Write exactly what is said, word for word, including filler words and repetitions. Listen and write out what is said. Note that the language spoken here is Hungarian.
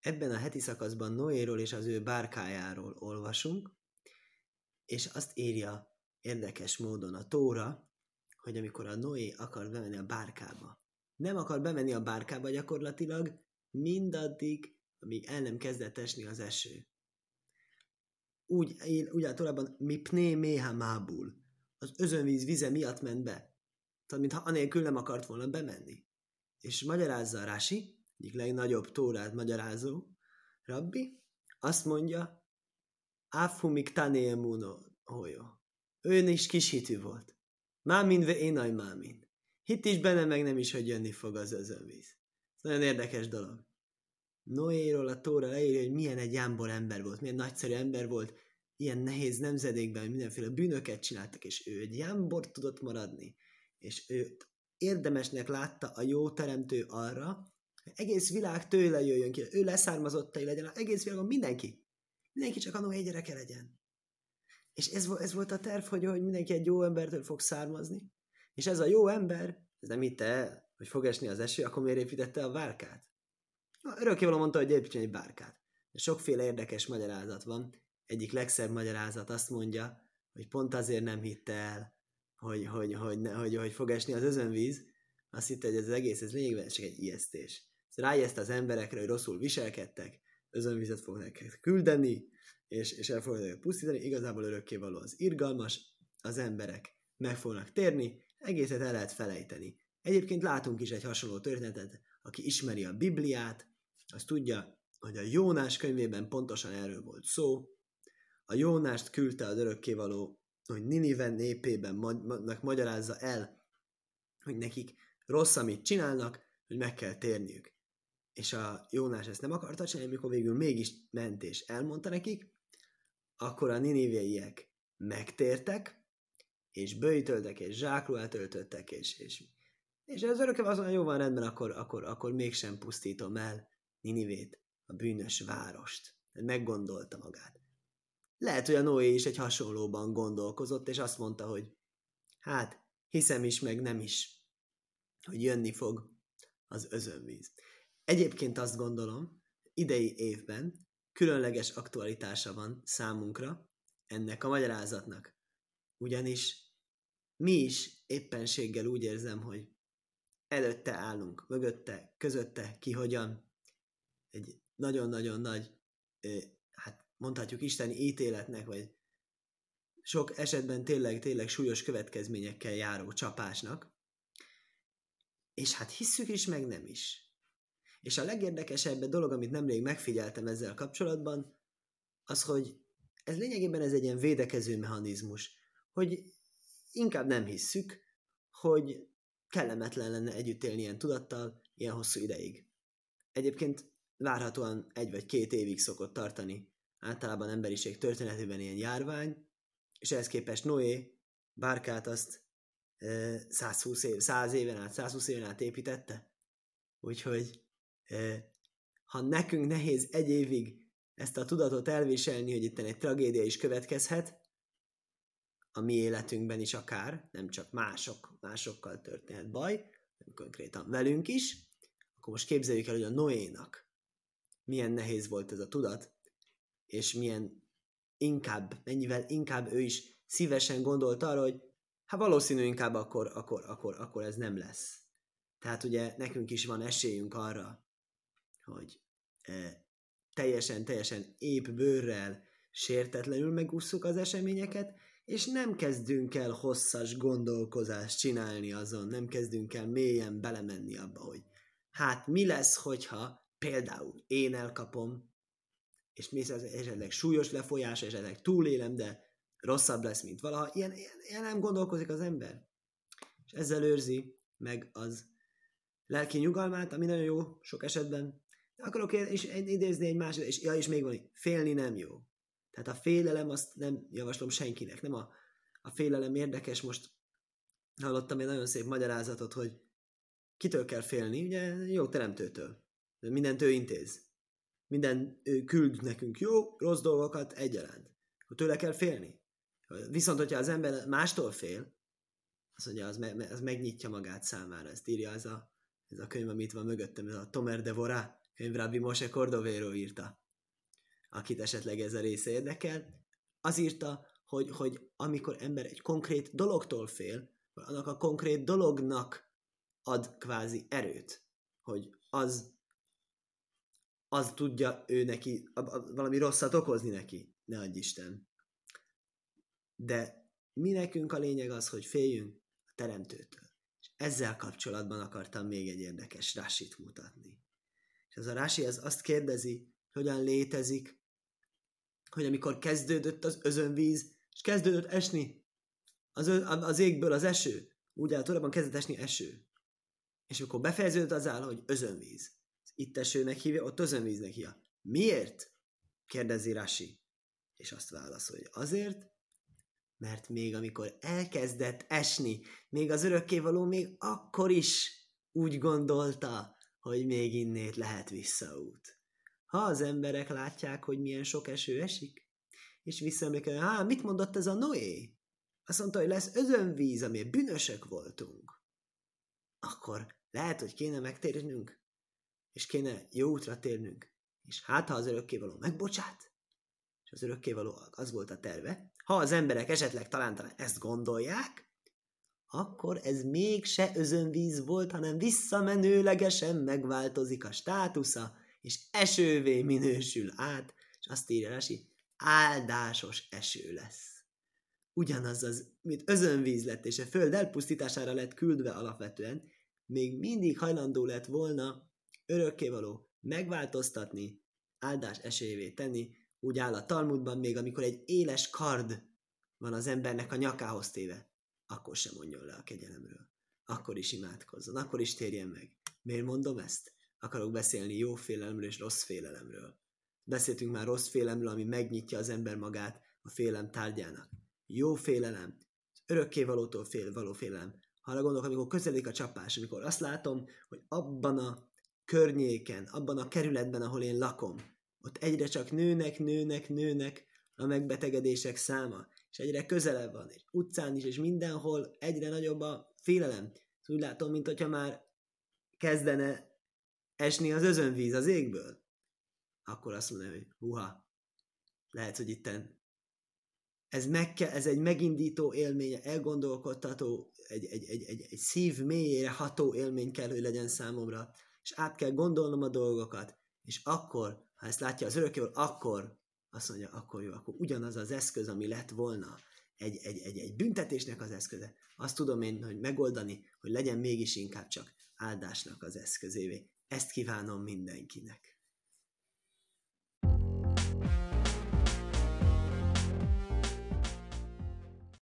ebben a heti szakaszban Noéról és az ő bárkájáról olvasunk, és azt írja érdekes módon a Tóra, hogy amikor a Noé akar bemenni a bárkába, nem akar bemenni a bárkába gyakorlatilag mindaddig, amíg el nem kezdett esni az eső. Úgy, úgy általában mi pné méha mábul, az özönvíz vize miatt ment be. Tehát, mintha anélkül nem akart volna bemenni. És magyarázza a Rási, egyik legnagyobb Tórát magyarázó rabbi, azt mondja, áfumik tanéemuno hojo. Ő is kis hitű volt. Mámin ve énaj mámin. Hitt is benne, meg nem is, hogy jönni fog az özönvíz. Ez nagyon érdekes dolog. Noéról a Tóra leírja, hogy milyen egy jámbor ember volt, milyen nagyszerű ember volt, ilyen nehéz nemzedékben mindenféle bűnöket csináltak, és ő egy jámbor tudott maradni, és ő érdemesnek látta a jó teremtő arra, hogy egész világ tőle jöjjön ki, ő leszármazottai legyen, az egész világon mindenki. Mindenki csak a Noé gyereke legyen. És ez, ez volt a terv, hogy, hogy mindenki egy jó embertől fog származni, és ez a jó ember, ez nem hitte el, hogy fog esni az eső, akkor miért építette a bárkát? Örökkévaló mondta, hogy építsen egy bárkát. De sokféle érdekes magyarázat van. Egyik legszebb magyarázat azt mondja, hogy pont azért nem hitte el, hogy, hogy, hogy, hogy, hogy, hogy fog esni az özönvíz, azt hitte, hogy ez az egész, ez lényegben csak egy ijesztés. Ez ráijeszt az emberekre, hogy rosszul viselkedtek, özönvizet fog nekik küldeni, és, és el fognak pusztítani, igazából örökkévaló az irgalmas, az emberek meg fognak térni, egészet el lehet felejteni. Egyébként látunk is egy hasonló történetet, aki ismeri a Bibliát, az tudja, hogy a Jónás könyvében pontosan erről volt szó. A Jónást küldte az örökkévaló, hogy Ninive népében ma- magyarázza el, hogy nekik rossz, amit csinálnak, hogy meg kell térniük. És a Jónás ezt nem akarta csinálni, amikor végül mégis ment és elmondta nekik, akkor a niniveiek megtértek, és böjtöltek, és zsákruhát öltöttek, és, és, és az örökkévaló azt mondja, jó van, rendben, akkor, akkor, akkor mégsem pusztítom el Ninivét, a bűnös várost. Meggondolta magát. Lehet, hogy a Noé is egy hasonlóban gondolkozott, és azt mondta, hogy hát, hiszem is, meg nem is, hogy jönni fog az özönvíz. Egyébként azt gondolom, idei évben különleges aktualitása van számunkra ennek a magyarázatnak. Ugyanis mi is éppenséggel úgy érzem, hogy előtte állunk, mögötte, közötte, ki hogyan, egy nagyon-nagyon nagy, hát mondhatjuk isteni ítéletnek, vagy sok esetben tényleg, tényleg súlyos következményekkel járó csapásnak, és hát hisszük is, meg nem is. És a legérdekesebb dolog, amit nemrég megfigyeltem ezzel kapcsolatban, az, hogy ez lényegében ez egy ilyen védekező mechanizmus, hogy inkább nem hisszük, hogy kellemetlen lenne együtt élni ilyen tudattal ilyen hosszú ideig. Egyébként várhatóan egy vagy két évig szokott tartani általában emberiség történetében ilyen járvány, és ehhez képest Noé bárkát azt e, százhúsz év, száz éven át, százhúsz éven át építette. Úgyhogy e, ha nekünk nehéz egy évig ezt a tudatot elviselni, hogy itt egy tragédia is következhet, a mi életünkben is akár, nem csak mások, másokkal történhet baj, hanem konkrétan velünk is, akkor most képzeljük el, hogy a Noénak milyen nehéz volt ez a tudat, és milyen inkább, mennyivel inkább ő is szívesen gondolt arra, hogy hát valószínű inkább akkor, akkor, akkor, akkor ez nem lesz. Tehát ugye nekünk is van esélyünk arra, hogy e, teljesen, teljesen épp bőrrel, sértetlenül megússzuk az eseményeket, és nem kezdünk el hosszas gondolkozást csinálni azon, nem kezdünk el mélyen belemenni abba, hogy hát mi lesz, hogyha például én elkapom, és mi ez esetleg súlyos lefolyás, esetleg túlélem, de rosszabb lesz, mint valaha. Ilyen, ilyen, ilyen nem gondolkozik az ember. És ezzel őrzi meg az lelki nyugalmát, ami nagyon jó sok esetben. De akarok is idézni egy másik, és, ja, és még van, félni nem jó. Tehát a félelem, azt nem javaslom senkinek. Nem a, a félelem érdekes, most hallottam egy nagyon szép magyarázatot, hogy kitől kell félni, ugye jó teremtőtől. Mindent ő intéz. Minden ő küld nekünk jó, rossz dolgokat egyaránt. Hogy tőle kell félni. Viszont, hogyha az ember mástól fél, azt mondja, az, me, az megnyitja magát számára. Ezt írja ez a, ez a könyv, amit van mögöttem, ez a Tomer de Vorá könyv Rabbi Moshe Cordovero írta, akit esetleg ez a része érdekel, az írta, hogy, hogy amikor ember egy konkrét dologtól fél, vagy annak a konkrét dolognak ad kvázi erőt, hogy az, az tudja ő neki, a, a, valami rosszat okozni neki, ne adj Isten. De mi nekünk a lényeg az, hogy féljünk a Teremtőtől. És ezzel kapcsolatban akartam még egy érdekes rásit mutatni. És az a rási az azt kérdezi, hogyan létezik, hogy amikor kezdődött az özönvíz, és kezdődött esni az, az égből az eső, úgy áll, Tórában kezdett esni eső. És akkor befejeződött az áll, hogy özönvíz. Itt esőnek hívja, ott özönvíznek hívja. Miért? Kérdezi Rashi. És azt válaszolja. Azért, mert még amikor elkezdett esni, még az örökkévaló még akkor is úgy gondolta, hogy még innét lehet visszaút. Ha az emberek látják, hogy milyen sok eső esik, és visszaemlékeznek, hát mit mondott ez a Noé? Azt mondta, hogy lesz özönvíz, ami bűnösek voltunk. Akkor lehet, hogy kéne megtérnünk, és kéne jó útra térnünk, és hát, ha az örökkévaló megbocsát, és az örökkévaló az volt a terve, ha az emberek esetleg talán, talán ezt gondolják, akkor ez mégse özönvíz volt, hanem visszamenőlegesen megváltozik a státusza, és esővé minősül át, és azt írja Rashi, áldásos eső lesz. Ugyanaz az, mint özönvíz lett, és a föld elpusztítására lett küldve alapvetően, még mindig hajlandó lett volna örökkévaló megváltoztatni, áldás esélyévé tenni, úgy áll a Talmudban, még amikor egy éles kard van az embernek a nyakához téve, akkor sem mondjon le a kegyelemről. Akkor is imádkozzon, akkor is térjen meg. Miért mondom ezt? Akarok beszélni jó félelemről és rossz félelemről. Beszéltünk már rossz félelemről, ami megnyitja az ember magát a félelem tárgyának. Jó félelem, az örökkévalótól fél, való félelem. Ha arra gondolok, amikor közeledik a csapás, amikor azt látom, hogy abban a környéken, abban a kerületben, ahol én lakom, ott egyre csak nőnek, nőnek, nőnek a megbetegedések száma, és egyre közelebb van, és utcán is, és mindenhol egyre nagyobb a félelem. Úgy látom, mint hogyha már kezdene esni az özönvíz az égből. Akkor azt mondom, hogy huha, lehet, hogy itten ez, meg kell, ez egy megindító élmény, elgondolkodtató, egy, egy, egy, egy, egy szív mélyére ható élmény kell, hogy legyen számomra, és át kell gondolnom a dolgokat, és akkor, ha ezt látja az örökkévaló, akkor azt mondja, akkor jó, akkor ugyanaz az eszköz, ami lett volna egy, egy, egy, egy büntetésnek az eszköze, azt tudom én, hogy megoldani, hogy legyen mégis inkább csak áldásnak az eszközévé. Ezt kívánom mindenkinek.